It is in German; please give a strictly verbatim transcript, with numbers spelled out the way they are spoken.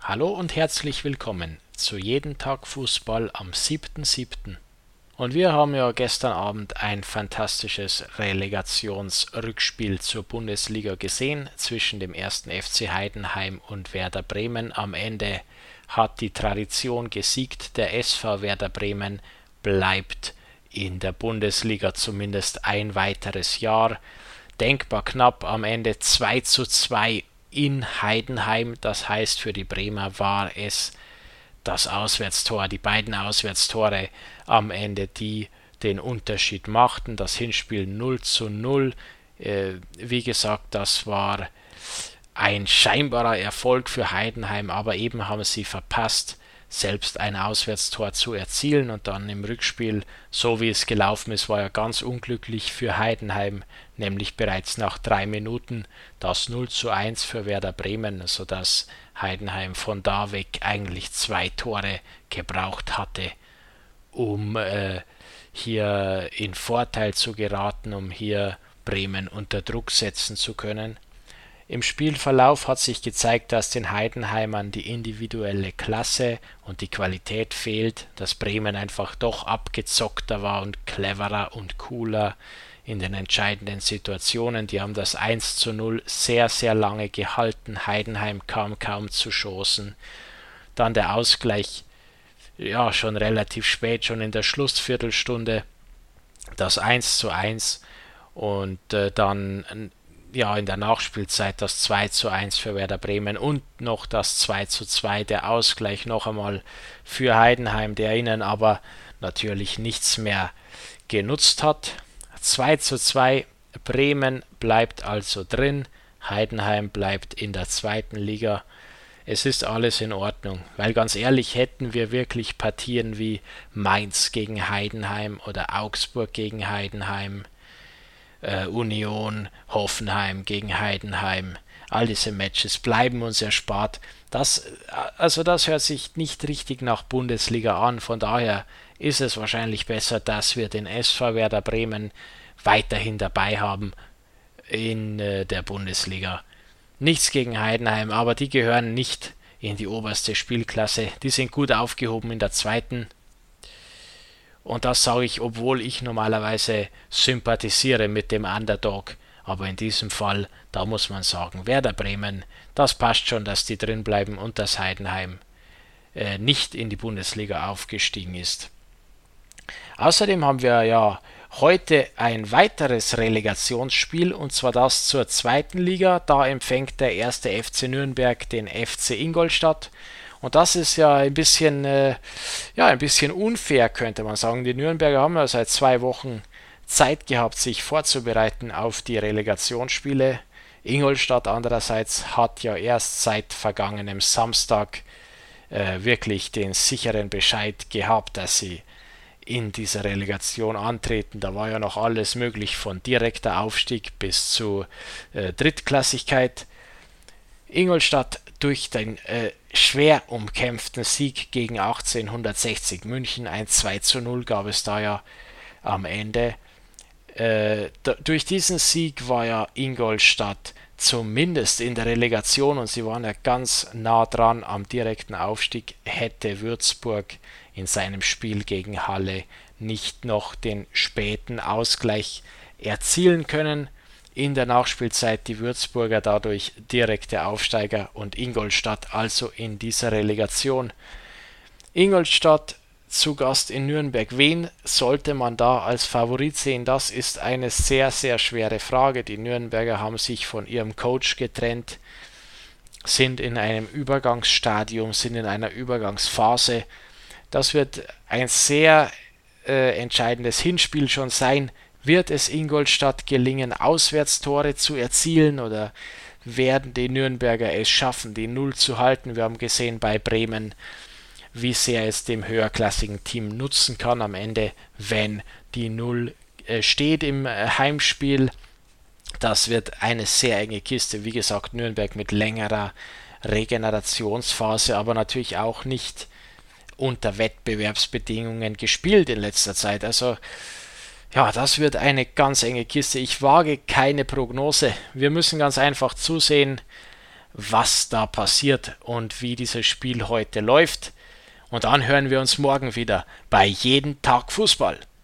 Hallo und herzlich willkommen zu Jeden Tag Fußball am siebten siebten Und wir haben ja gestern Abend ein fantastisches Relegationsrückspiel zur Bundesliga gesehen zwischen dem ersten F C Heidenheim und Werder Bremen. Am Ende hat die Tradition gesiegt. Der S V Werder Bremen bleibt in der Bundesliga zumindest ein weiteres Jahr. Denkbar knapp, am Ende zwei zu zwei in Heidenheim. Das heißt, für die Bremer war es das Auswärtstor, die beiden Auswärtstore am Ende, die den Unterschied machten. Das Hinspiel null zu null. Äh, wie gesagt, das war ein scheinbarer Erfolg für Heidenheim, aber eben haben sie verpasst, selbst ein Auswärtstor zu erzielen, und dann im Rückspiel, so wie es gelaufen ist, war ja ganz unglücklich für Heidenheim, nämlich bereits nach drei Minuten das null zu eins für Werder Bremen, sodass Heidenheim von da weg eigentlich zwei Tore gebraucht hatte, um äh, hier in Vorteil zu geraten, um hier Bremen unter Druck setzen zu können. Im Spielverlauf hat sich gezeigt, dass den Heidenheimern die individuelle Klasse und die Qualität fehlt, dass Bremen einfach doch abgezockter war und cleverer und cooler in den entscheidenden Situationen. Die haben das eins zu null sehr, sehr lange gehalten. Heidenheim kam kaum zu Chancen. Dann der Ausgleich, ja, schon relativ spät, schon in der Schlussviertelstunde, das eins zu eins und äh, dann ja in der Nachspielzeit das zwei zu eins für Werder Bremen und noch das zwei zu zwei, der Ausgleich noch einmal für Heidenheim, der ihnen aber natürlich nichts mehr genutzt hat. zwei zu zwei, Bremen bleibt also drin, Heidenheim bleibt in der zweiten Liga. Es ist alles in Ordnung, weil ganz ehrlich, hätten wir wirklich Partien wie Mainz gegen Heidenheim oder Augsburg gegen Heidenheim, äh, Union, Hoffenheim gegen Heidenheim, all diese Matches bleiben uns erspart. Das, also das hört sich nicht richtig nach Bundesliga an, von daher ist es wahrscheinlich besser, dass wir den S V Werder Bremen weiterhin dabei haben in äh, der Bundesliga. Nichts gegen Heidenheim, aber die gehören nicht in die oberste Spielklasse. Die sind gut aufgehoben in der zweiten. Und das sage ich, obwohl ich normalerweise sympathisiere mit dem Underdog. Aber in diesem Fall, da muss man sagen, Werder Bremen, das passt schon, dass die drin bleiben und dass Heidenheim äh, nicht in die Bundesliga aufgestiegen ist. Außerdem haben wir ja heute ein weiteres Relegationsspiel, und zwar das zur zweiten Liga. Da empfängt der erste F C Nürnberg den F C Ingolstadt. Und das ist ja ein bisschen, äh, ja, ein bisschen unfair, könnte man sagen. Die Nürnberger haben ja seit zwei Wochen Zeit gehabt, sich vorzubereiten auf die Relegationsspiele. Ingolstadt andererseits hat ja erst seit vergangenem Samstag äh, wirklich den sicheren Bescheid gehabt, dass sie in dieser Relegation antreten. Da war ja noch alles möglich, von direkter Aufstieg bis zu äh, Drittklassigkeit. Ingolstadt durch den äh, schwer umkämpften Sieg gegen achtzehnhundertsechzig München, ein zwei zu null gab es da ja am Ende. Äh, da, durch diesen Sieg war ja Ingolstadt zumindest in der Relegation, und sie waren ja ganz nah dran am direkten Aufstieg. Hätte Würzburg in seinem Spiel gegen Halle nicht noch den späten Ausgleich erzielen können. In der Nachspielzeit die Würzburger dadurch direkte Aufsteiger und Ingolstadt also in dieser Relegation. Ingolstadt zu Gast in Nürnberg. Wen sollte man da als Favorit sehen? Das ist eine sehr, sehr schwere Frage. Die Nürnberger haben sich von ihrem Coach getrennt, sind in einem Übergangsstadium, sind in einer Übergangsphase. Das wird ein sehr äh, entscheidendes Hinspiel schon sein. Wird es Ingolstadt gelingen, Auswärtstore zu erzielen, oder werden die Nürnberger es schaffen, die Null zu halten? Wir haben gesehen bei Bremen, wie sehr es dem höherklassigen Team nutzen kann am Ende, wenn die Null äh, steht im äh, Heimspiel. Das wird eine sehr enge Kiste. Wie gesagt, Nürnberg mit längerer Regenerationsphase, aber natürlich auch nicht unter Wettbewerbsbedingungen gespielt in letzter Zeit. Also ja, das wird eine ganz enge Kiste. Ich wage keine Prognose. Wir müssen ganz einfach zusehen, was da passiert und wie dieses Spiel heute läuft. Und dann hören wir uns morgen wieder bei Jeden Tag Fußball.